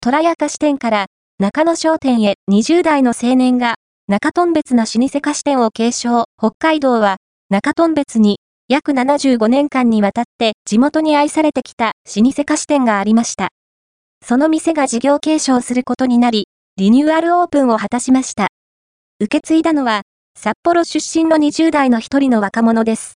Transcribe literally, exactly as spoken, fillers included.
虎屋菓子店から中野商店へにじゅう代の青年が中頓別の老舗菓子店を継承。北海道は中頓別に約ななじゅうごねんかんにわたって地元に愛されてきた老舗菓子店がありました。その店が事業継承することになり、リニューアルオープンを果たしました。受け継いだのは札幌出身のにじゅう代の一人の若者です。